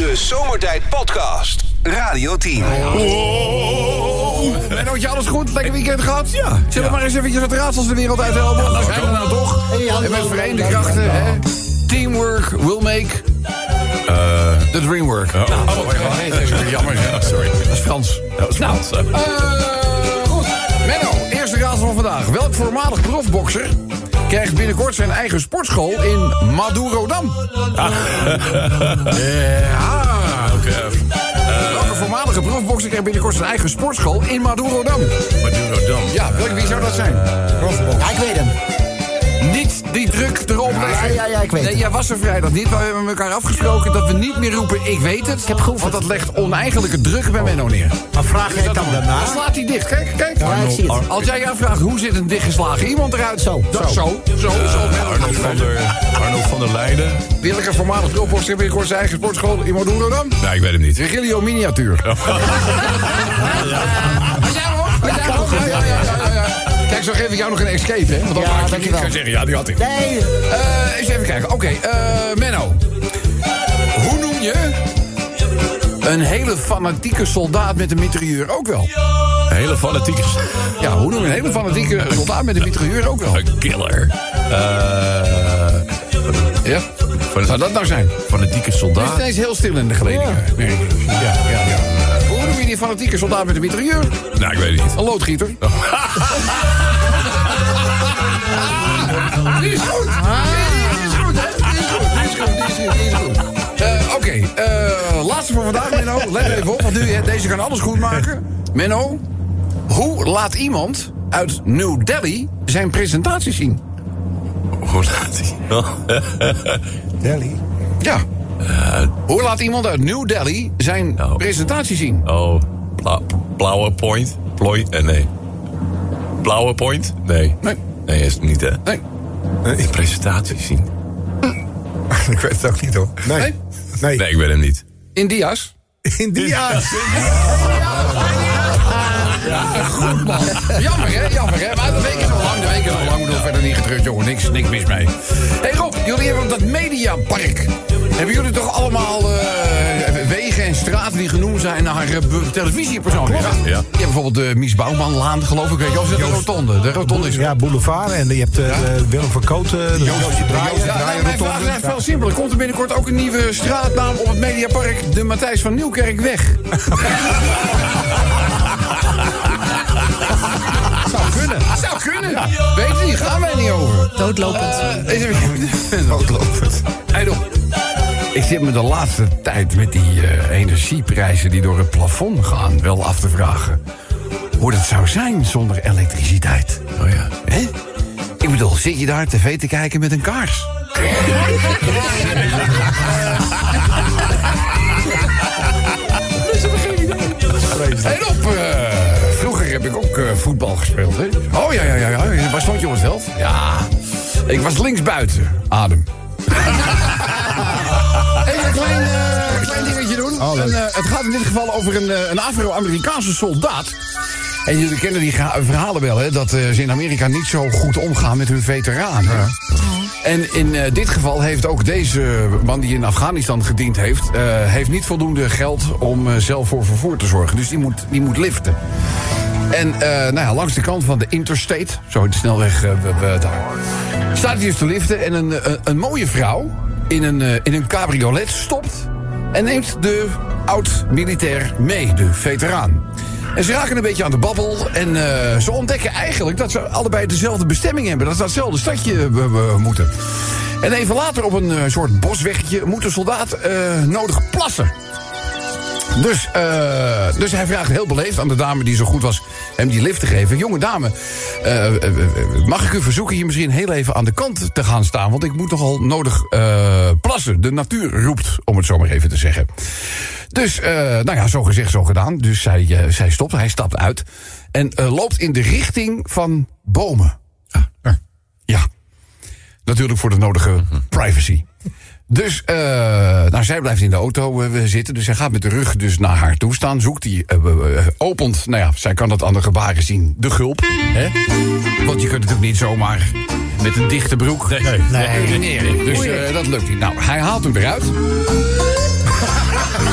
De Zomertijd Podcast. Radio 10. Mennootje, alles goed? Lekker weekend gehad? Ja. Zullen we maar eens eventjes wat raadsels de wereld uit helpen? Daar zijn we nou toch. En met verenigde krachten, hè? Teamwork will make... the dream work. Nee, dat is weer jammer. Sorry. Dat is Frans. Dat was Frans. Goed. Menno, eerste raadsel van vandaag. Welk voormalig profbokser krijgt binnenkort zijn eigen sportschool in Madurodam? Ja. Welke voormalige profbokser krijgt binnenkort zijn eigen sportschool in Madurodam? Madurodam. Ja, wie zou dat zijn? Ja, ik weet hem. Niet die druk erop leggen. Ja, ik weet het. Nee, jij was er vrijdag niet. We hebben met elkaar afgesproken dat we niet meer roepen ik weet het. Ik heb geoefend. Want dat legt oneigenlijke druk bij Menno neer. Maar vraag jij het dan daarna? Dan slaat hij dicht. Kijk. Ja, ik zie het. Als jij jou vraagt hoe zit een dichtgeslagen iemand eruit? Zo. Arnold van der Leijden. Willeke voormalig profbokser heeft binnenkort zijn eigen sportschool in Madurodam. Nee, ik weet hem niet. Virgilio Miniatuur. Had jij hem ook? Ja. Kijk, zo geef ik jou nog een escape, hè? Want dan Ja, maak je niet dankjewel. gaan zeggen, ja, die had ik. Nee. Eens even kijken. Oké, Menno. Hoe noem je een hele fanatieke soldaat met een mitrailleur ook wel? Een hele fanatieke... Ja, hoe noem je een hele fanatieke soldaat met een mitrailleur ook wel? Een killer. Ja? Wat zou dat nou zijn? Fanatieke Het is soldaat. ineens heel stil in de geledingen. Ja. Hoe noem je die fanatieke soldaat met een mitrailleur? Nou, ik weet het niet. Een loodgieter. Die is goed. Die is goed. Oké, laatste voor vandaag, Menno. Let even op, want nu, deze kan alles goed maken. Menno, hoe laat iemand uit New Delhi zijn presentatie zien? Hoe laat hij? Delhi. Ja. Hoe laat iemand uit New Delhi zijn presentatie zien? Oh, blauwe point? Nee. Blauwe point? Nee. Nee, is het niet, hè? Nee. In presentatie zien. Ik weet het ook niet, hoor. Nee? Nee, ik weet hem niet. India's. India's. Goed, man. Jammer, hè? Maar de week is al lang. Ik bedoel, verder niet gedrukt, jongen. Niks mis mee. Hey Rob, jullie hebben dat Mediapark. Hebben jullie toch allemaal wegen en straten die genoemd zijn naar televisiepersonen? Ja. Je hebt bijvoorbeeld de Mies Bouwmanlaan, geloof ik. Weet je, of is het de rotonde? De rotonde is... Ja, boulevard. En je hebt Willem van Kooten. De Mijn vraag is veel simpeler. Komt er binnenkort ook een nieuwe straatnaam op het Mediapark? De Matthijs van Nieuwkerkweg. Zou kunnen. Ja. Weet je niet, gaan wij niet over. Doodlopend. Doodlopend. Hey, ik zit me de laatste tijd met die energieprijzen die door het plafond gaan wel af te vragen hoe dat zou zijn zonder elektriciteit. Oh ja. Hè? Ik bedoel, zit je daar tv te kijken met een kaars? Hey Rob, vroeger heb ik ook voetbal gespeeld, hè? Oh ja. Waar stond je op het veld? Ja, ik was linksbuiten. Adem. Even een klein dingetje doen. Het gaat in dit geval over een Afro-Amerikaanse soldaat. En jullie kennen die verhalen wel, hè? Dat ze in Amerika niet zo goed omgaan met hun veteranen. Ja. En in dit geval heeft ook deze man die in Afghanistan gediend heeft niet voldoende geld om zelf voor vervoer te zorgen. Dus die moet liften. En langs de kant van de Interstate, zo de snelweg daar, staat hij dus te liften. En een mooie vrouw in een cabriolet stopt en neemt de oud-militair mee, de veteraan. En ze raken een beetje aan de babbel. En ze ontdekken eigenlijk dat ze allebei dezelfde bestemming hebben. Dat ze datzelfde stadje moeten. En even later op een soort bosweggetje moet de soldaat nodig plassen. Dus hij vraagt heel beleefd aan de dame die zo goed was hem die lift te geven. Jonge dame, mag ik u verzoeken hier misschien heel even aan de kant te gaan staan? Want ik moet nogal nodig plassen. De natuur roept, om het zo maar even te zeggen. Dus, zo gezegd, zo gedaan. Dus zij stopt, hij stapt uit. En loopt in de richting van bomen. Ja. Natuurlijk voor de nodige privacy. Dus, zij blijft in de auto zitten. Dus hij gaat met de rug dus naar haar toe staan. Zoekt die, opent, zij kan dat aan de gebaren zien, de gulp. Hè? Want je kunt natuurlijk niet zomaar met een dichte broek urineren. Dus dat lukt niet. Nou, hij haalt hem eruit.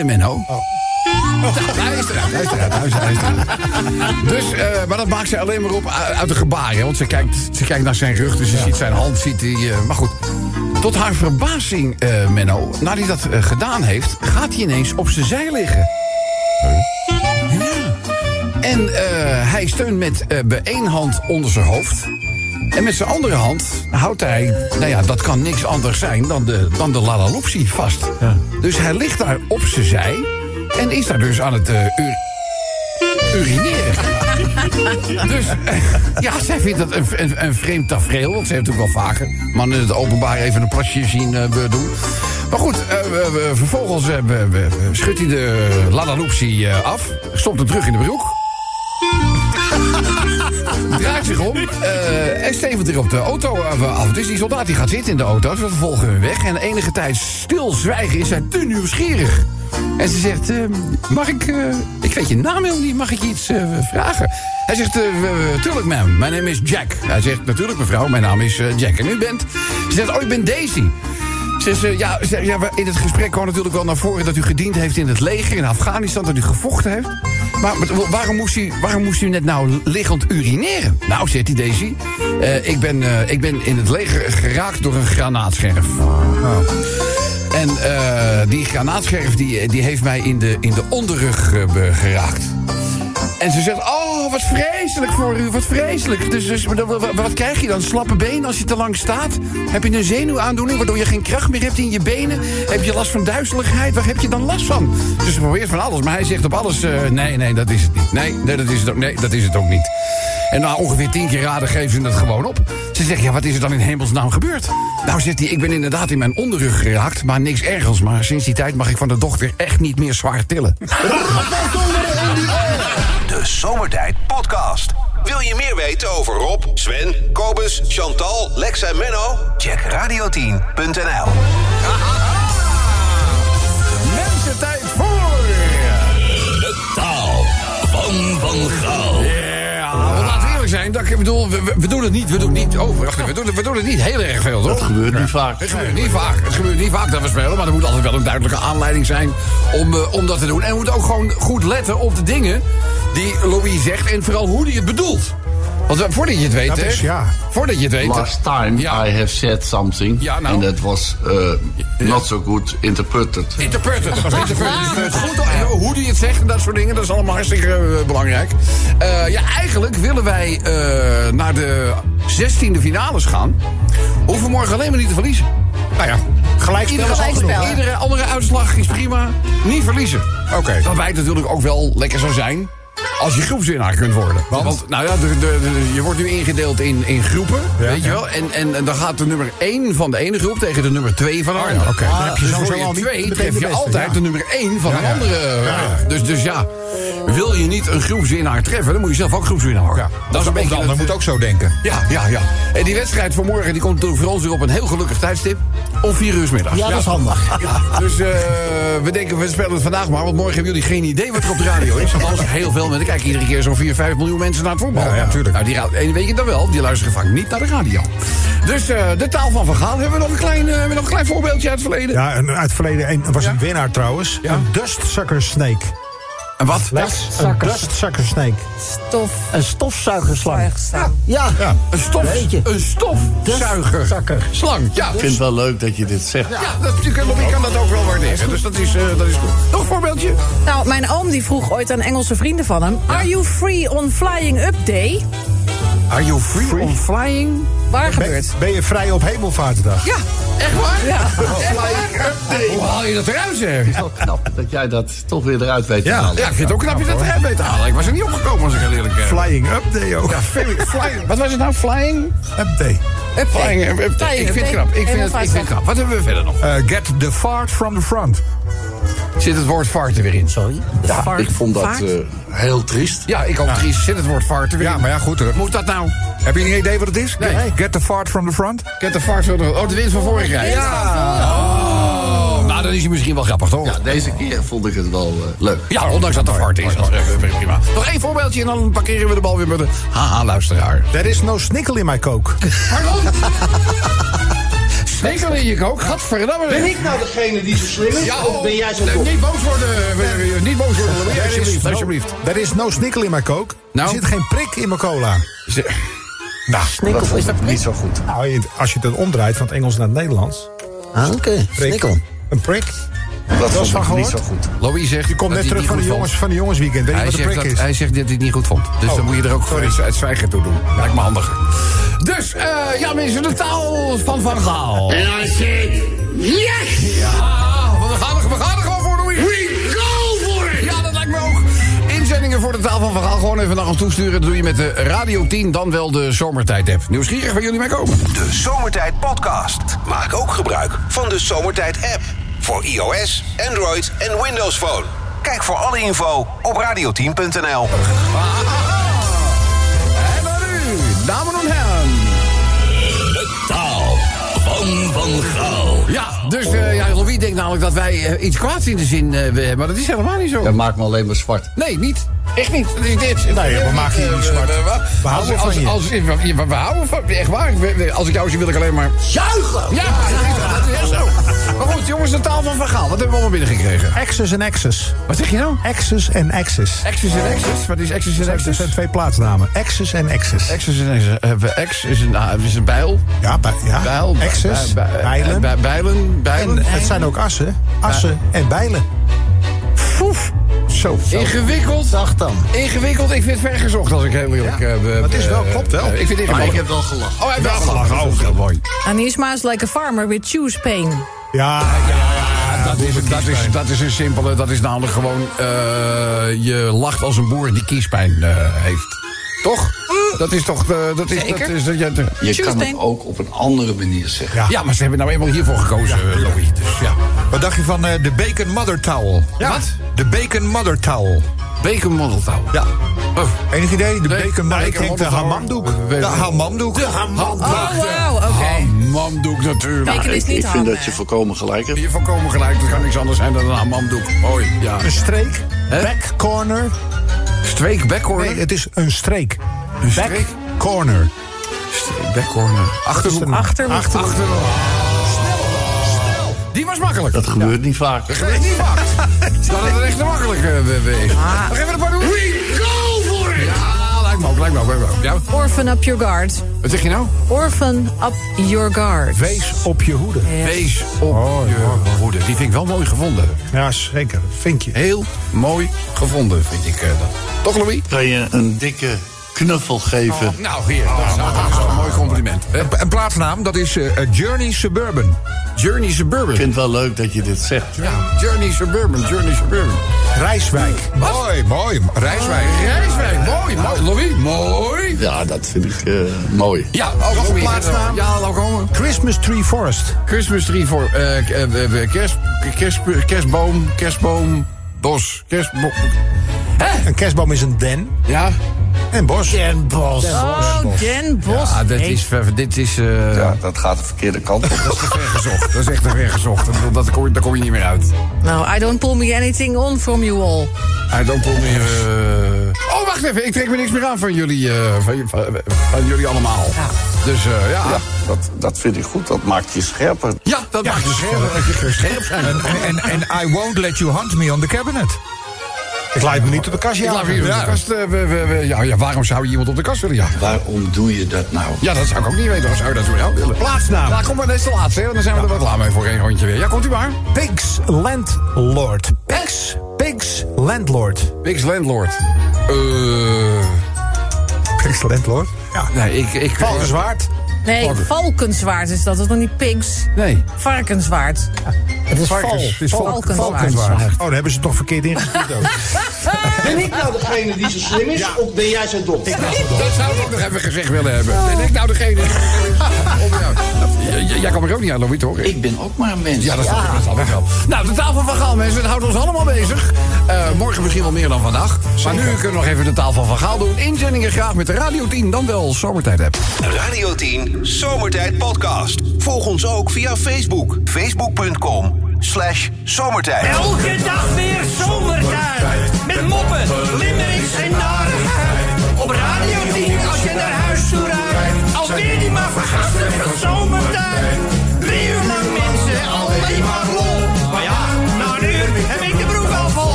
einde, Menno. Hij is eruit. Dus, maar dat maakt ze alleen maar op uit de gebaren. Want ze kijkt naar zijn rug, dus ze ziet zijn hand. Maar goed, tot haar verbazing, Menno, nadat hij dat gedaan heeft, gaat hij ineens op zijn zij liggen. Ja. En hij steunt met één hand onder zijn hoofd. En met zijn andere hand houdt hij, dat kan niks anders zijn dan de Lalaloopsie vast. Ja. Dus hij ligt daar op zijn zij en is daar dus aan het urineren. Dus zij vindt dat een vreemd tafereel, want ze heeft natuurlijk wel vaker mannen in het openbaar even een plasje zien doen. Maar goed, vervolgens schudt hij de Lalaloopsie af, stopt hem terug in de broek. Draait zich om en stevend er op de auto af. Dus die soldaat die gaat zitten in de auto, ze volgen we weg. En enige tijd stilzwijgen is hij te nieuwsgierig. En ze zegt, mag ik weet je naam helemaal niet, mag ik je iets vragen? Hij zegt, tuurlijk ma'am, mijn naam is Jack. Hij zegt, natuurlijk mevrouw, mijn naam is Jack. En u bent? Ze zegt, ik ben Daisy. In het gesprek kwam natuurlijk wel naar voren dat u gediend heeft in het leger in Afghanistan, dat u gevochten heeft. Maar waarom moest u net nou liggend urineren? Nou, zegt die Daisy, ik ben in het leger geraakt door een granaatscherf. Oh. En die granaatscherf die heeft mij in de onderrug geraakt. En ze zegt, wat vreselijk voor u, wat vreselijk. Dus wat krijg je dan? Slappe benen als je te lang staat? Heb je een zenuwaandoening waardoor je geen kracht meer hebt in je benen? Heb je last van duizeligheid? Waar heb je dan last van? Dus ze probeert van alles, maar hij zegt op alles, nee, dat is het niet. Nee, dat is het ook niet. En na ongeveer 10 keer raden geeft ze het gewoon op. Ze zegt, wat is er dan in hemelsnaam gebeurd? Nou, zegt hij, ik ben inderdaad in mijn onderrug geraakt, maar niks ergers. Maar sinds die tijd mag ik van de dochter echt niet meer zwaar tillen. De Zomertijd Podcast. Wil je meer weten over Rob, Sven, Kobus, Chantal, Lex en Menno? Check radio10.nl. Mensen, tijd voor de taal van Gaal. Laten we eerlijk zijn, ik bedoel, we doen het niet. We doen het niet heel erg veel, toch? Dat gebeurt niet vaak. Het gebeurt niet vaak dat we spelen, maar er moet altijd wel een duidelijke aanleiding zijn om dat te doen. En we moeten ook gewoon goed letten op de dingen die Louis zegt en vooral hoe hij het bedoelt. Want voordat je het weet, voordat je het weet... Last time I have said something, and that was not so good interpreted. Interpreted. Hoe hij het zegt en dat soort dingen, dat is allemaal hartstikke belangrijk. Eigenlijk willen wij naar de 16e finales gaan. Hoeven we morgen alleen maar niet te verliezen. Nou ja, gelijkspel is al genoeg. Iedere andere uitslag is prima. Niet verliezen. Oké. Dat wij natuurlijk ook wel lekker zou zijn als je groepswinnaar kunt worden. Want je wordt nu ingedeeld in groepen, weet je wel. En dan gaat de nummer 1 van de ene groep tegen de nummer 2 van de andere. Okay. Dan heb je sowieso 2, tref je altijd de nummer 1 van een andere. Dus wil je niet een groepswinnaar treffen, dan moet je zelf ook groepswinnaar worden. Dat is een beetje de ander moet ook zo denken. Ja. En die wedstrijd van morgen die komt natuurlijk voor ons weer op een heel gelukkig tijdstip. Om 4 uur 's middags. Ja, dat is handig. Dus we denken, we spelen het vandaag maar. Want morgen hebben jullie geen idee wat er op de radio is. Want anders heel veel mensen. Er kijken iedere keer zo'n 4-5 miljoen mensen naar het voetbal. Ja, natuurlijk. Nou, en weet je dan wel, die luisteren vaak niet naar de radio. Dus de taal van Gaal. Hebben we nog een klein voorbeeldje uit het verleden? Ja, uit het verleden was een winnaar trouwens. Ja? Een dustsucker snake. En wat? Een dustsucker snake. Een stofzuigerslang. Ja. Een stofzuiger. Slang. Ja. Ik vind het wel leuk dat je dit zegt. Ja, ik kan dat ook wel waarderen. Dus dat is goed. Nog een voorbeeldje? Nou, mijn oom die vroeg ooit aan Engelse vrienden van hem: Are you free on flying up day? Are you free on flying? Waar gebeurt? Ben je vrij op Hemelvaartsdag? Ja. Echt waar? Ja. Flying up day. Hoe haal je dat eruit, zeg? Het is wel knap dat jij dat toch weer eruit weet te halen. Ja, ik vind het ook knap dat je dat eruit weet te halen. Ik was er niet opgekomen als ik heel eerlijk ben. Flying up day ook. Ja, flying. Wat was het nou? Flying? Up day. Flying up day. Ik vind het knap. Ik vind het knap. Wat hebben we verder nog? Get the fart from the front. Zit het woord fart er weer in? Sorry? Ja, ik vond dat heel triest. Ja, ik ook triest. Zit het woord fart er weer in? Ja, maar ja, goed. Moet dat nou? Heb je een idee wat het is? Nee. Get the fart from the front. Get the fart from the front. Oh, de winst van vorig jaar. Ja. Nou, dan is hij misschien wel grappig, toch? Ja, deze keer vond ik het wel leuk. Ja, ondanks dat de fart is. Dat is prima. Nog één voorbeeldje en dan parkeren we de bal weer met de haha-luisteraar. There is no snickle in my coke. Pardon? snekel in je kook. Gadverdamme. Ben ik nou degene die zo slim is? Ja, of ben jij zo dom? Niet boos worden. Niet boos worden. Alsjeblieft. Er is no snikkel in mijn kook. Nou? Er zit geen prik in mijn cola. Nou, Snikkel, is dat niet zo goed. Nou, als je het omdraait van het Engels naar het Nederlands. Oké, snikkel. Een prik. Dat was van niet zo goed. Louis zegt... Je komt net terug van de jongensweekend. Weet je wat een prik is? Hij zegt dat hij het niet goed vond. Dus dan moet je er ook het zwijgen toe doen. Lijkt me handiger. Dus, ja mensen, de taal van Van Gaal. En I said, yes! Ja, we gaan er gewoon voor, Louis. We go for it! Ja, dat lijkt me ook. Inzendingen voor de taal van Van Gaal gewoon even naar ons toesturen. Dat doe je met de Radio 10, dan wel de Zomertijd-app. Nieuwsgierig waar jullie mee komen. De Zomertijd Podcast. Maak ook gebruik van de Zomertijd-app. Voor iOS, Android en Windows Phone. Kijk voor alle info op radio10.nl. En dan nu, dames en heren. De taal van Van Gaal. Ja, dus Louis denkt namelijk dat wij iets kwaads in de zin hebben. Maar dat is helemaal niet zo. Dat maakt me alleen maar zwart. Nee, niet. Echt niet. Dat is dit. Nee, we maken je niet zwart. We houden van je. We houden van je. Echt waar. Als ik jou zie, wil ik alleen maar... Zuigen! Ja, dat is echt zo. Maar goed, jongens, de taal van Van Gaal. Wat hebben we allemaal binnengekregen? Access en Access. Wat zeg je nou? Access en Access. Access en Access? Wat is Access en Access? Dat zijn 2 plaatsnamen. Access en Access. Access en Access. X is een bijl. Ja, Bijl. Access, bijlen. Bijlen. En het zijn ook assen. Assen en bijlen. Foef. Zo. Ingewikkeld. Dag dan. Ingewikkeld. Ik vind het vergezocht als ik heel eerlijk ben. Het is wel, klopt wel. Ik vind het Maar ingewikkeld. ik heb wel gelachen. Oh, hij heeft wel gelachen. Oh, heel mooi. Anisma is like a farmer with choose pain. Ja, Dat is een simpele. Dat is namelijk gewoon... je lacht als een boer die kiespijn heeft. Toch? Dat is toch... Zeker. Je kan het ook op een andere manier zeggen. Ja, maar ze hebben nou eenmaal hiervoor gekozen, Louis. Dus ja. Wat dacht je van de Bacon Mother Towel? Ja. Wat? De Bacon Mother Towel. Bacon Model Towel. Ja. Oh. Enig idee? De Nee, Bacon Mother... Ik Bacon denk de Model hammamdoek. Towel. De hammamdoek. Oh, wauw, oké. Hammamdoek natuurlijk. Bacon is niet Ik vind ham, dat je volkomen gelijk hebt. Je volkomen gelijk. Dat kan niks anders zijn dan een hammamdoek. Mooi, ja. Een streek. Hè? Back corner. Streek, backcorner? Nee, het is een streek. Een Back streek? corner. Streek, backcorner. Achterhoek. Achterhoek. Die was makkelijk. Dat gebeurt niet vaak. Dat gebeurt niet vaak. Dat het echt te makkelijk wezen. Nog even een paar doen. We go for it! Ja, lijkt me ook. Ja. Orphan up your guard. Wat zeg je nou? Orphan up your guard. Wees op je hoede. Wees op je hoede. Die vind ik wel mooi gevonden. Ja, zeker. Vinkje. Heel mooi gevonden, vind ik dat. Toch, Louis? Kan je een dikke knuffel geven? Nou, hier. Dat is een mooi compliment. Een plaatsnaam, dat is Journey Suburban. Journey Suburban. Ik vind het wel leuk dat je dit zegt. Ja, Journey Suburban. Rijswijk. Mooi. Rijswijk. Mooi. Louis, mooi. Ja, dat vind ik mooi. Ja, Nog een Louis. plaatsnaam? Ja, laat komen. Christmas Tree Forest. Christmas tree voor kerstboom, bos. Een kerstboom is een den. Ja. En bos. Den Bosch. Oh, Den Bosch. Ja, dit is Ja, dat gaat de verkeerde kant op. te ver gezocht. Dat is echt te ver gezocht. Daar kom je niet meer uit. Nou, I don't pull me anything on from you all. I don't pull me... Oh, wacht even. Ik trek me niks meer aan van jullie, van jullie allemaal. Ja. Dus ja. Dat vind ik goed. Dat maakt je scherper. Ja, dat maakt je scherp. Dat je scherp zijn. En I won't let you hunt me on the cabinet. Ik laat me niet op de kast Ik laat jagen. hier op de kast. Ja, waarom zou je iemand op de kast willen jagen? Waarom doe je dat nou? Ja, dat zou ik ook niet weten. Of zou je dat voor jou willen? Plaatsnaam. Nou, kom maar, dit is de laatste. Hè, want dan zijn we er wel klaar mee voor één rondje weer. Ja, komt u maar. Pigs Landlord. Pigs Landlord. Pigs Landlord. Pigs Landlord? Ja. Nee, ik Valkenswaard. Nee, valkenswaard is dat. Dat is nog niet pigs. Nee. Varkenswaard. Het is Varkens. Het is Valkenswaard. Oh, dan hebben ze het toch verkeerd ingestuurd ook. Ben ik nou degene die zo slim is? Of ben jij zo dom? Dat zou ik ook nog even gezegd willen hebben. Ben ik nou degene... Jij kan er ook niet aan, Louis, toch? Ik ben ook maar een mens. Ja, dat snap ik wel. Nou, de tafel van Gaal, mensen, dat houdt ons allemaal bezig. Morgen misschien wel meer dan vandaag. Maar nu kunnen we nog even de tafel van Gaal doen. Inzendingen graag met de Radio 10, dan wel Zomertijd-app. Radio 10 Zomertijd Podcast. Volg ons ook via Facebook. Facebook.com/zomertijd. Elke dag weer zomertijd. Met moppen, limmerings en narigheid. Op Radio 10 als je naar huis toe rijdt. Alweer die maar vergasten van zomertijd. 3 uur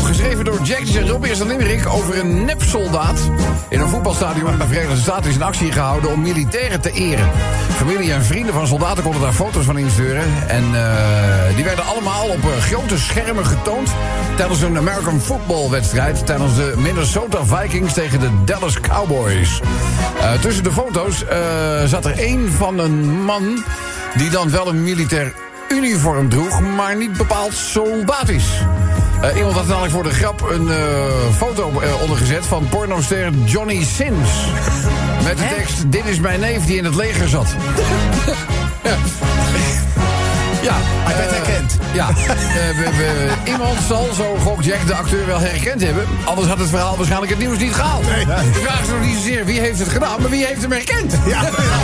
geschreven door Jack. Die zegt, Rob, eerst een limerick over een nepsoldaat. In een voetbalstadion in de Verenigde Staten is een actie gehouden om militairen te eren. Familie en vrienden van soldaten konden daar foto's van insturen. En die werden allemaal op grote schermen getoond tijdens een American football wedstrijd tijdens de Minnesota Vikings tegen de Dallas Cowboys. Tussen de foto's zat er één van een man die dan wel een militair uniform droeg, maar niet bepaald soldatisch. Iemand had namelijk voor de grap een foto ondergezet van pornoster Johnny Sins. Met de tekst, dit is mijn neef die in het leger zat. Ja, hij werd herkend. Ja, iemand zal, zo gokt Jack, de acteur wel herkend hebben. Anders had het verhaal waarschijnlijk het nieuws niet gehaald. Nee. De vraag is nog niet zozeer wie heeft het gedaan, maar wie heeft hem herkend? Ja.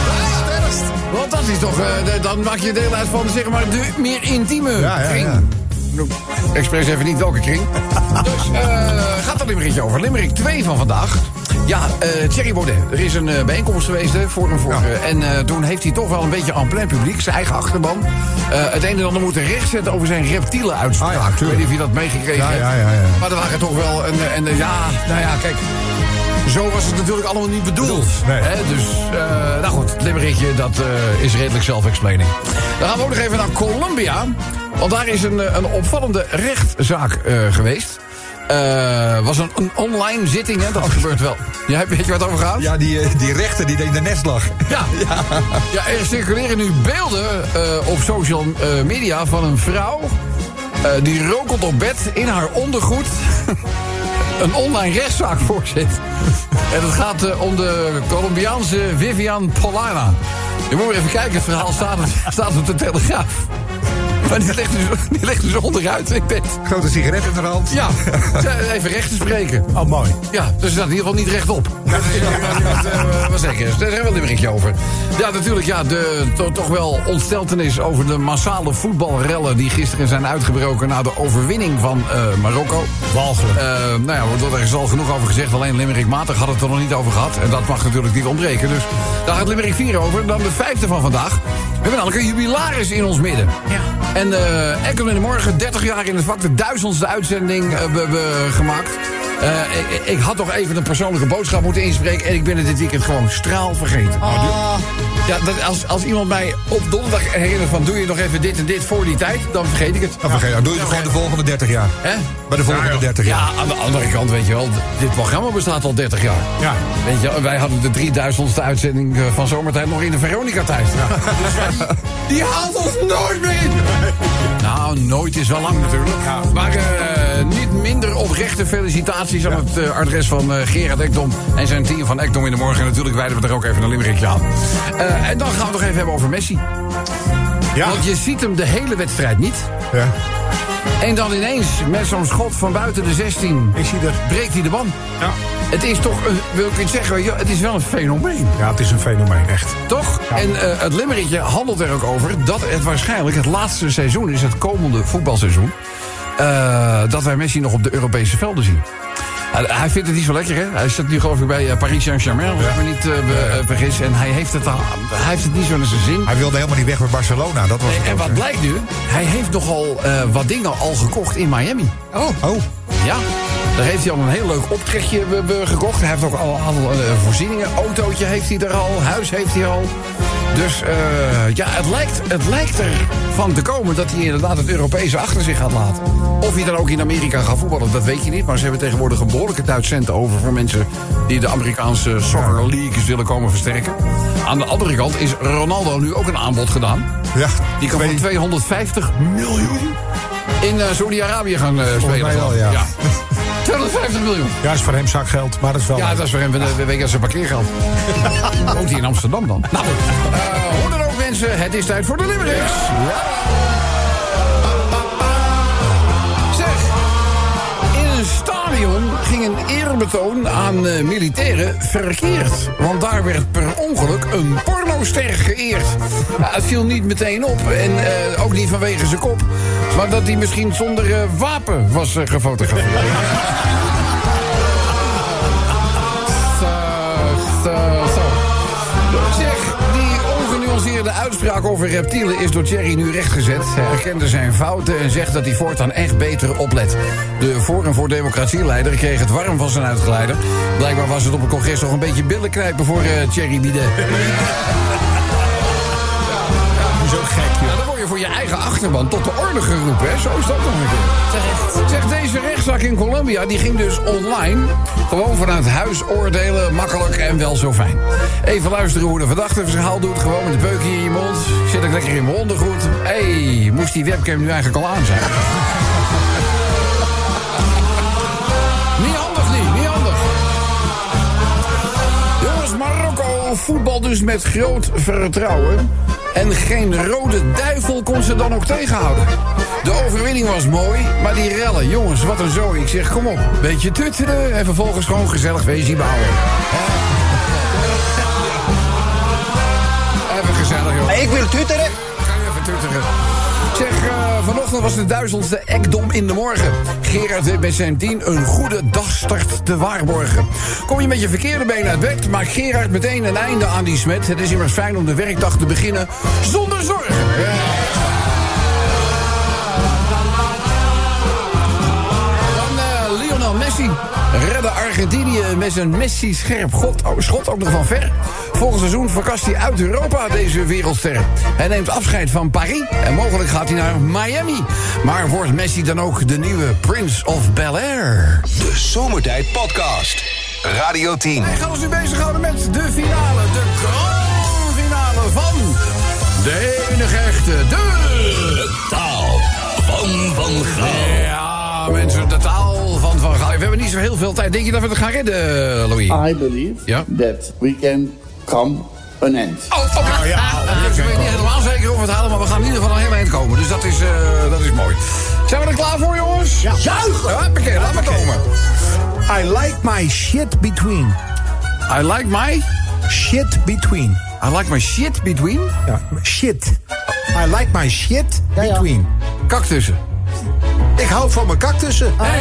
Want dat is toch, dan maak je deel uit van, zeg maar, de meer intieme kring. Ja. Expres even niet welke kring. Dus gaat er limerickje over. Limerick 2 van vandaag. Ja, Thierry Baudet. Er is een bijeenkomst geweest voor hem. En toen heeft hij toch wel een beetje en plein publiek, zijn eigen achterban, het een en ander moeten rechtzetten over zijn reptiele uitspraak. Ik weet niet of je dat meegekregen hebt. Ja. Maar er waren toch wel kijk. Zo was het natuurlijk allemaal niet bedoeld. Nee. Dus, nou goed, het limerickje, dat is redelijk self-explaining. Dan gaan we ook nog even naar Colombia. Want daar is een opvallende rechtszaak geweest. Was een online zitting, hè? Dat gebeurt wel. Ja, weet je wat het over gaat? Ja, die rechter die in de nest lag. Ja, er circuleren nu beelden op social media van een vrouw die rokelt op bed in haar ondergoed een online rechtszaak voorzit. En het gaat om de Colombiaanse Vivian Polana. Je moet maar even kijken, het verhaal staat op de Telegraaf. Maar die ligt dus onderuit in bed. Grote sigaret in de hand. Ja, even recht te spreken. Oh, mooi. Ja, dus ze staat in ieder geval niet rechtop. Dat is wat zeker. Daar hebben we wel een berichtje over. Ja, natuurlijk, toch wel ontsteltenis over de massale voetbalrellen die gisteren zijn uitgebroken na de overwinning van Marokko. Walgelijk. Er is al genoeg over gezegd. Alleen Limerick Matig had het er nog niet over gehad. En dat mag natuurlijk niet ontbreken. Dus daar gaat Limerick 4 over. Dan de 5e van vandaag. We hebben namelijk een jubilaris in ons midden. Ja. En Ekdom in de Morgen, 30 jaar in het vak, de 1000ste uitzending gemaakt. Ik had toch even een persoonlijke boodschap moeten inspreken. En ik ben het dit weekend gewoon straal vergeten. Oh. Ja, als iemand mij op donderdag herinnert van doe je nog even dit en dit voor die tijd, dan vergeet ik het. Dan doe je het gewoon de volgende 30 jaar. Bij de volgende 30 jaar. Ja, aan de andere kant, weet je wel, dit programma bestaat al 30 jaar. Ja. Weet je, wij hadden de 3000ste uitzending van Zomertijd nog in de Veronica-tijd. Ja. Dus die haalt ons nooit meer in. Nou, nooit is wel lang natuurlijk. Ja. Maar niet minder oprechte felicitaties aan het adres van Gerard Ekdom en zijn team van Ekdom in de Morgen. En natuurlijk wijden we er ook even een limerickje aan. En dan gaan we het nog even hebben over Messi. Ja. Want je ziet hem de hele wedstrijd niet. Ja. En dan ineens, met zo'n schot van buiten de 16... is hij er. Breekt hij de band. Ja. Het is toch, wil ik iets zeggen, het is wel een fenomeen. Ja, het is een fenomeen, echt. Toch? Ja. En het limerickje handelt er ook over dat het waarschijnlijk het laatste seizoen is, het komende voetbalseizoen, dat wij Messi nog op de Europese velden zien. Hij vindt het niet zo lekker, hè? Hij zit nu geloof ik bij Paris Saint-Germain, als ik me niet vergis. En hij heeft het niet zo naar zijn zin. Hij wilde helemaal niet weg bij Barcelona. Dat was en wat blijkt nu? Hij heeft nogal wat dingen al gekocht in Miami. Oh. Ja. Daar heeft hij al een heel leuk optrekje gekocht. Hij heeft ook al voorzieningen. Autootje heeft hij er al. Huis heeft hij al. Dus het lijkt ervan te komen dat hij inderdaad het Europese achter zich gaat laten. Of hij dan ook in Amerika gaat voetballen, dat weet je niet. Maar ze hebben tegenwoordig een behoorlijke duit centen over voor mensen die de Amerikaanse Soccer Leagues willen komen versterken. Aan de andere kant is Ronaldo nu ook een aanbod gedaan. Ja, die kan voor 250 miljoen in Saudi-Arabië gaan spelen. Wel, ja. 250 miljoen. Ja, dat is voor hem zakgeld, maar dat is wel... Ja, dat is voor hem een week als zijn parkeergeld. Woont hij in Amsterdam dan? Nou, hoe dan ook mensen, het is tijd voor de limericks. Ja. Zeg, in een stadion ging een eerbetoon aan militairen verkeerd. Want daar werd per ongeluk een pornoster geëerd. Ja, het viel niet meteen op en ook niet vanwege zijn kop. Maar dat hij misschien zonder wapen was gefotografeerd. Zeg, die ongenuanceerde uitspraak uitspraak over reptielen is door Thierry nu rechtgezet. Hij erkende zijn fouten en zegt dat hij voortaan echt beter oplet. De Forum voor Democratie-leider kreeg het warm van zijn uitgeleider. Blijkbaar was het op een congres nog een beetje billen knijpen voor Thierry Baudet. Zo gek, joh. Nou, dan word je voor je eigen achterban tot de orde geroepen, hè? Zo is dat nog een keer. Terecht. Zeg, deze rechtszaak in Colombia, die ging dus online. Gewoon vanuit huis oordelen, makkelijk en wel zo fijn. Even luisteren hoe de verdachte zijn verhaal doet. Gewoon met de peukje in je mond. Zit ik lekker in mijn ondergoed. Hé, moest die webcam nu eigenlijk al aan zijn? Niet handig. Jongens, Marokko voetbal dus met groot vertrouwen. En geen rode duivel kon ze dan ook tegenhouden. De overwinning was mooi, maar die rellen, jongens, wat een zooi. Ik zeg, kom op, beetje tutteren en vervolgens gewoon gezellig weesie bouwen. Even gezellig, joh. Ik wil tutteren. Ga je even tutteren. Zeg, vanochtend was de 1000ste ekdom in de morgen. Gerard heeft met zijn team een goede dagstart te waarborgen. Kom je met je verkeerde been uit bed, maakt Gerard meteen een einde aan die smet. Het is immers fijn om de werkdag te beginnen zonder zorgen. Dan Lionel Messi. Redde Argentinië met zijn Messi-scherp schot ook nog van ver. Volgend seizoen verkast hij uit Europa, deze wereldster. Hij neemt afscheid van Paris en mogelijk gaat hij naar Miami. Maar wordt Messi dan ook de nieuwe Prince of Bel-Air? De Zomertijd Podcast. Radio 10. Wij gaan ons nu bezighouden met de finale. De grand finale van de enige echte, de Taal van Gaal. Ja, mensen, de taal van Gaal. We hebben niet zo heel veel tijd. Denk je dat we het gaan redden, Louis? I believe that we can come an end. Oh, ja. Ik weet niet helemaal zeker of we het halen, maar we gaan in ieder geval nog helemaal eind komen. Dus dat is mooi. Zijn we er klaar voor, jongens? Ja. Juichen! Ja, laat maar komen. I like my shit between. I like my shit between. I like my shit between? Ja, shit. I like my shit between. Cactussen. Ik hou van mijn cactussen. Hey.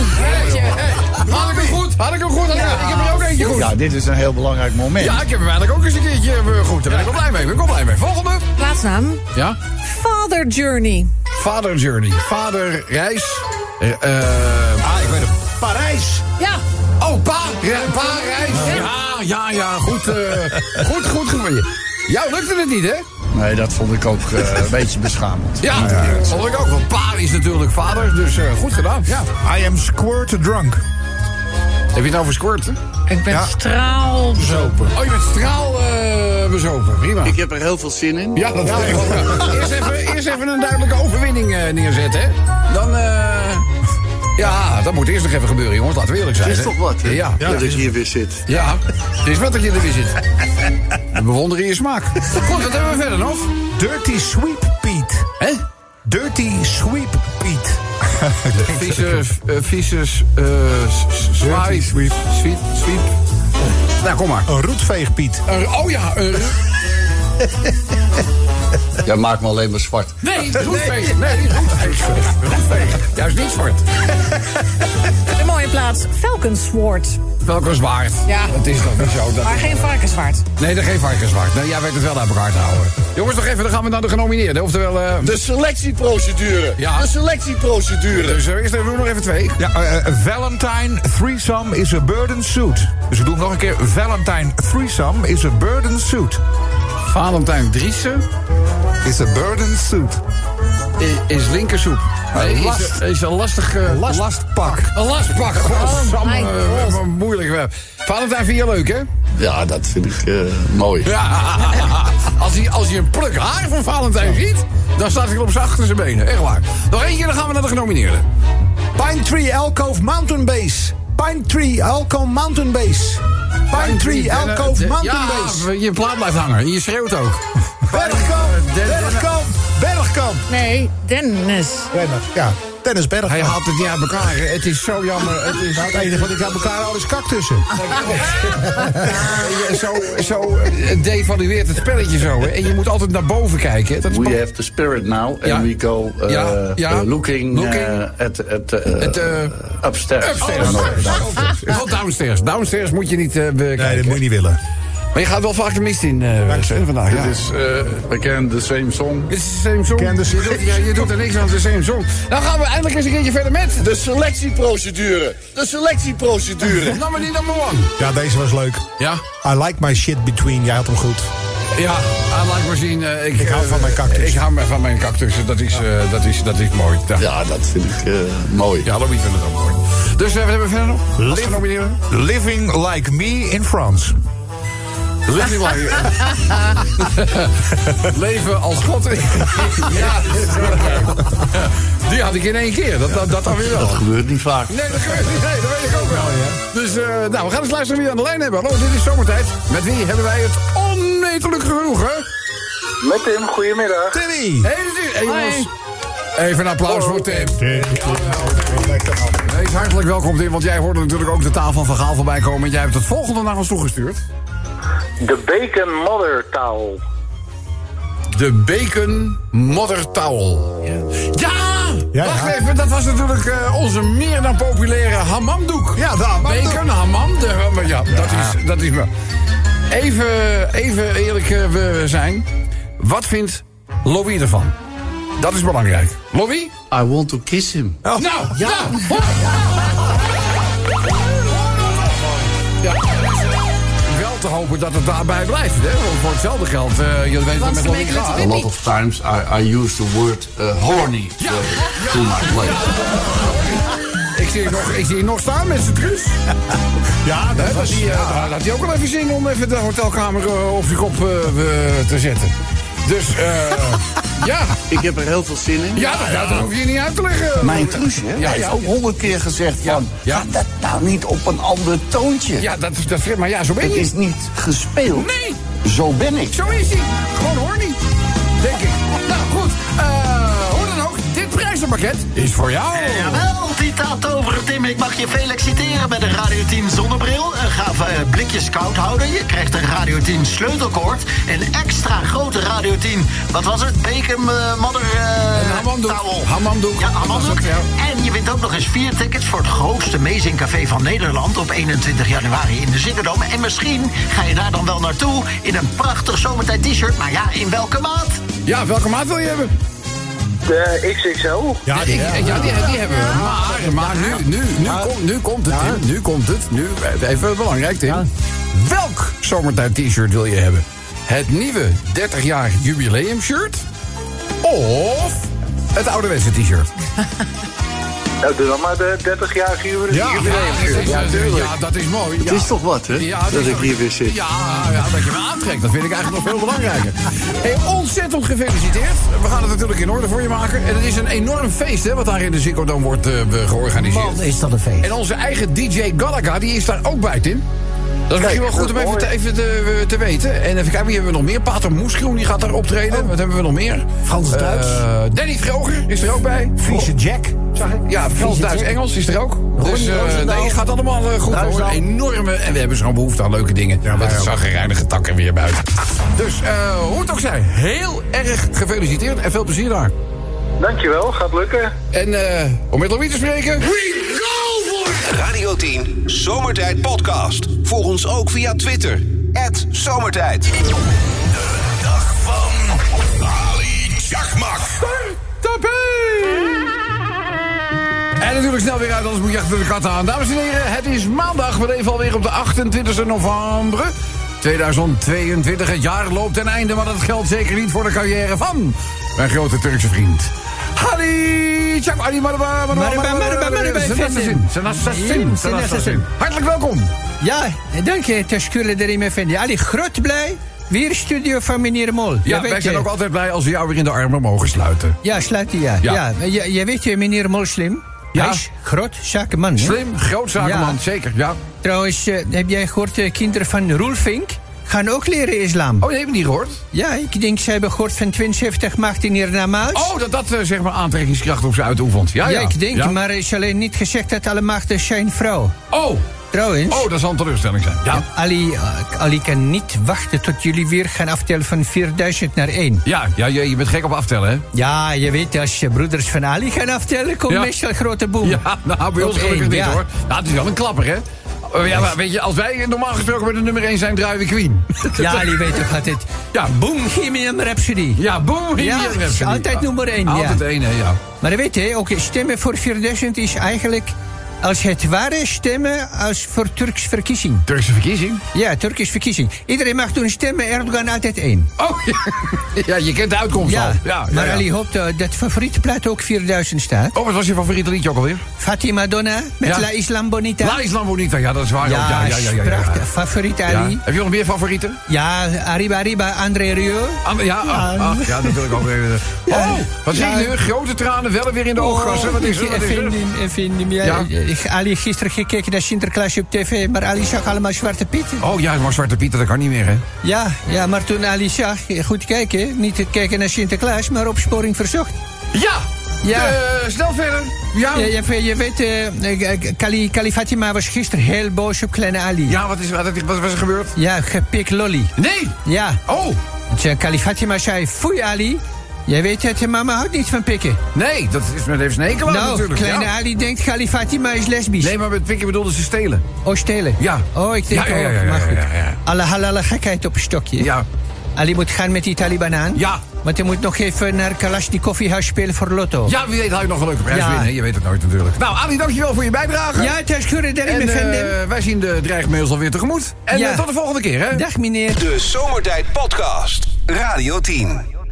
Had ik hem goed? Ik heb er ook eentje goed. Ja, dit is een heel belangrijk moment. Ja, ik heb hem eigenlijk ook eens een keertje goed. Daar ben ik wel blij mee. Volgende. Plaatsnaam. Ja? Father Journey. Father Journey. Vader reis. Ik weet het. Parijs. Ja. Oh, pa-reis. Ja. Goed voor je. Jou lukte het niet, hè? Nee, dat vond ik ook een beetje beschamend. Ja, dat vond ik ook. Want pa is natuurlijk vader, dus goed gedaan. Ja. I am squirt drunk. Heb je het nou over squirten? Ik ben straal bezopen. Oh, je bent straal bezopen. Prima. Ik heb er heel veel zin in. Ja, dat weet ik wel. Eerst even een duidelijke overwinning neerzetten, hè. Dan, ja, dat moet eerst nog even gebeuren, jongens. Laten we eerlijk zijn. Het is toch wat, hè? Ja. Dat ik hier weer zit. Ja, het is wat dat je er weer zit. We bewonderen je smaak. Goed, wat hebben we verder nog? Dirty Sweep Pete. Hè? Dirty Sweep Pete. Vieze sweep. Nou, kom maar. Een roetveeg Piet. Oh ja, Jij maakt me alleen maar zwart. Nee, roetveeg. Nee, roetveeg. Juist niet zwart. De mooie plaats, Valkenswoord. Valkenswaard. Ja. Het is toch niet zo. Maar geen varkenswaard. Nee, geen varkenswaard. Nee, jij weet het wel uit elkaar te houden. Jongens, nog even, dan gaan we naar de genomineerden. Oftewel... De selectieprocedure. Ja. De selectieprocedure. Dus eerst even, nog even twee. Ja, Valentine threesome is a burden suit. Dus we doen nog een keer. Valentine threesome is a burden suit. Valentijn Driessen is a burden suit. Is linkersoep. Nee, is een lastig... lastpak. Een lastpak. Moeilijk. Valentijn vind je leuk, hè? Ja, dat vind ik mooi. Ja, als hij een pluk haar van Valentijn ziet, dan staat hij op zijn achterste benen. Echt waar. Nog eentje, dan gaan we naar de genomineerden. Pine Tree Alcove Mountain Base. Pine Tree Alcove Mountain Base. Pine Tree Alcove Mountain Base. Ja, je plaat blijft hangen en je schreeuwt ook. Bergkamp. Nee, Dennis. Ja, Dennis Bergkamp. Hij haalt het niet uit elkaar. Het is zo jammer. Het enige wat ik uit elkaar haal is cactussen. Zo devalueert het spelletje zo. Hè. En je moet altijd naar boven kijken. Dat is we have the spirit now and we go looking at upstairs. Downstairs. Downstairs moet je niet bekijken. Nee, dat moet je niet willen. Maar je gaat wel vaak de mist in vandaag. Dit is again the same song. It's the same song. Je doet er niks aan, the same song. Nou gaan we eindelijk eens een keertje verder met... De selectieprocedure. Nou, maar die number one. Ja, deze was leuk. Ja? I like my shit between. Jij had hem goed. Ja, laat maar zien. Ik hou van mijn cactus. Ik hou van mijn cactus. Dat is mooi. Ja, dat vind ik mooi. Ja, Louis vindt het ook mooi. Dus wat hebben we verder nog? Living like me in France. Leven als God. Ja, die had ik in 1 keer. Dat dan weer wel. Dat gebeurt niet vaak. Nee, dat gebeurt niet. Nee, dat weet ik ook wel. Ja. Dus we gaan eens luisteren wie we aan de lijn hebben. Hallo, dit is Zomertijd. Met wie hebben wij het onmetelijke genoegen? Met Tim, goedemiddag. Timmy. Hey jongens. Even een applaus voor Tim. Wees hartelijk welkom Tim, want jij hoorde natuurlijk ook de taal van Gaal voorbij komen. En jij hebt het volgende naar ons toegestuurd. De Bacon Mother Towel. De Bacon Mother Towel. Ja! Wacht even, dat was natuurlijk onze meer dan populaire hammamdoek. Ja, de hammamdoek. Bacon, hammam, dat is wel. Even eerlijk we zijn. Wat vindt Louis ervan? Dat is belangrijk. Louis? I want to kiss him. Oh. Nou, ja. Wel te hopen dat het daarbij blijft. Hè? Voor hetzelfde geld. Je weet het met Louis gaat. A lot of times I use the word horny to my place. Ik zie je nog staan met zijn truus. Ja, dat had hij ook wel even zin om even de hotelkamer op zijn kop te zetten. Dus, ja. Ik heb er heel veel zin in. Ja, dat hoef je niet uit te leggen. Mijn truusje heeft ook 100 keer gezegd van... Gaat dat nou niet op een ander toontje? Ja, maar ja, zo ben je. Het is niet gespeeld. Nee. Zo ben ik. Zo is hij. Gewoon horny. Denk ik. Nou, goed. Hoe dan ook. Dit prijzenpakket is voor jou. Jawel, die taat over, Tim. Ik mag je feliciteren met een Radio 10 zonnebril. Een gaaf blikje skouthouder. Je krijgt een Radio 10 sleutelkoord. Een extra grote Radio 10. Wat was het? Bacon Mother Towel. Hammamdoek. Ja, hammamdoek. En je wint ook nog eens 4 tickets voor het grootste Amazing Café van Nederland op 21 januari in de Ziggo Dome. En misschien ga je daar dan wel naartoe in een prachtig zomertijd t-shirt. Maar ja, in welke maat? Ja, welke maat wil je hebben? De XXL. Ja, die hebben we. Maar nu komt het, Tim. Nu komt het. Nu, even belangrijk, Tim. Ja. Welk zomertijd t-shirt wil je hebben? Het nieuwe 30 jaar jubileum shirt? Of het ouderwetse t-shirt? Doe dan maar de 30-jarige jubileum. Ja, dat is mooi. Het is toch wat, hè? Ja, dat ik hier weer zit. Ja, dat je me aantrekt. Dat vind ik eigenlijk nog veel belangrijker. Hey, ontzettend gefeliciteerd. We gaan het natuurlijk in orde voor je maken. En het is een enorm feest, hè, wat daar in de Ziggo Dome wordt georganiseerd. Man, is dat een feest. En onze eigen DJ Gallagher, die is daar ook bij, Tim. Dat is misschien wel goed om even te weten. En even kijken, wie hebben we nog meer? Pater Moeskroen, die gaat daar optreden. Wat hebben we nog meer? Frans-Duits. Danny Vroger is er ook bij. Friese Jack, zag ik. Ja, Frans-Duits-Engels is er ook. Dus nee, het gaat allemaal goed worden. Enorme, en we hebben zo'n behoefte aan leuke dingen. Ja, met het zaggerijnige takken weer buiten. Dus hoe het ook zij, heel erg gefeliciteerd en veel plezier daar. Dankjewel, gaat lukken. En om met Louis te spreken... We go for it! Radio 10 Zomertijd Podcast. Volg ons ook via Twitter. @Zomertijd. De dag van Ali Chakmak. En natuurlijk snel weer uit, anders moet je achter de kat aan. Dames en heren, het is maandag. We leven alweer op de 28 november 2022. Het jaar loopt ten einde, maar dat geldt zeker niet voor de carrière van mijn grote Turkse vriend. Hartelijk welkom. Ja, dank je. Teşekkür ederim efendim. Ali, groot blij. Weer studio van meneer Mol. Ja, wij zijn ook altijd blij als we jou weer in de armen mogen sluiten. Ja, sluiten, ja. Je weet meneer Mol slim. Ja. Hij is groot zakenman. Slim, groot zakenman, zeker, ja. Trouwens, heb jij gehoord, kinderen van Roelvink gaan ook leren islam? Oh, je hebt niet gehoord? Ja, ik denk, ze hebben gehoord van 72 maagden in Namaals. Oh, dat zeg maar aantrekkingskracht op ze uitoefent. Ja, ik denk, maar er is alleen niet gezegd dat alle maagden zijn vrouw. Oh! Trouwens... Oh, dat zal een teleurstelling zijn. Ja. Ali kan niet wachten tot jullie weer gaan aftellen van 4000 naar 1. Ja, je bent gek op aftellen, hè? Ja, je weet, als je broeders van Ali gaan aftellen, komt meestal een grote boom. Ja, nou, bij ons gelukkig niet, hoor. Nou, het is wel een klapper, hè? Ja, maar weet je, als wij normaal gesproken met de nummer 1 zijn, draaien we Queen. Ja, die weet toch altijd. Ja. Bohemian Rhapsody. Ja, Bohemian Rhapsody. Altijd nummer 1, Altijd 1, hè, ja. Maar dan weet je, ook stemmen voor 4000 is eigenlijk als het ware stemmen als voor Turks verkiezing. Turkse verkiezing? Ja, Turkse verkiezing. Iedereen mag toen stemmen, Erdogan altijd 1. Oh, ja. Ja, je kent de uitkomst al. Ja, maar Ali hoopt dat favoriete plaat ook 4000 staat. Oh, wat was je favoriete liedje ook alweer? Fatima Donna met La Islam Bonita. La Islam Bonita, ja, dat is waar. Ja, prachtig. Favoriet Ali. Ja. Heb je nog meer favorieten? Ja, Arriba, André Rieu. Ja, natuurlijk ook weer. Oh, wat zie je nu? Grote tranen, wel weer in de oogkassen. Wat is er? Vind hem, ja. Ali gisteren gekeken naar Sinterklaas op tv, maar Ali zag allemaal Zwarte Pieten. Oh ja, maar Zwarte Pieten, dat kan niet meer, hè? Ja, maar toen Ali zag, goed kijken, niet kijken naar Sinterklaas, maar opsporing verzocht. Ja! Snel verder. Ja. Je weet, Kali Fatima was gisteren heel boos op kleine Ali. Ja, wat was er gebeurd? Ja, gepik lolly. Nee? Ja. Oh! Kali Fatima zei, foei Ali. Jij weet dat je mama houdt niet van pikken. Nee, dat is met even een hekel aan natuurlijk. Kleine Ali denkt Kali Fatima is lesbisch. Nee, maar met pikken bedoelde ze stelen. Oh, stelen? Ja. Oh, ik denk maar goed. Alle halale gekheid op een stokje. Ja. Ali moet gaan met die Talibanaan. Ja. Want hij moet nog even naar Kalashnikov koffiehuis spelen voor Lotto. Ja, wie weet hou je nog een leuke prijs winnen. Je weet het nooit natuurlijk. Nou, Ali, dankjewel voor je bijdrage. Ja, het is goed. Wij zien de dreigmails alweer tegemoet. En tot de volgende keer, hè. Dag, meneer. De Zomertijd Podcast. Radio 10.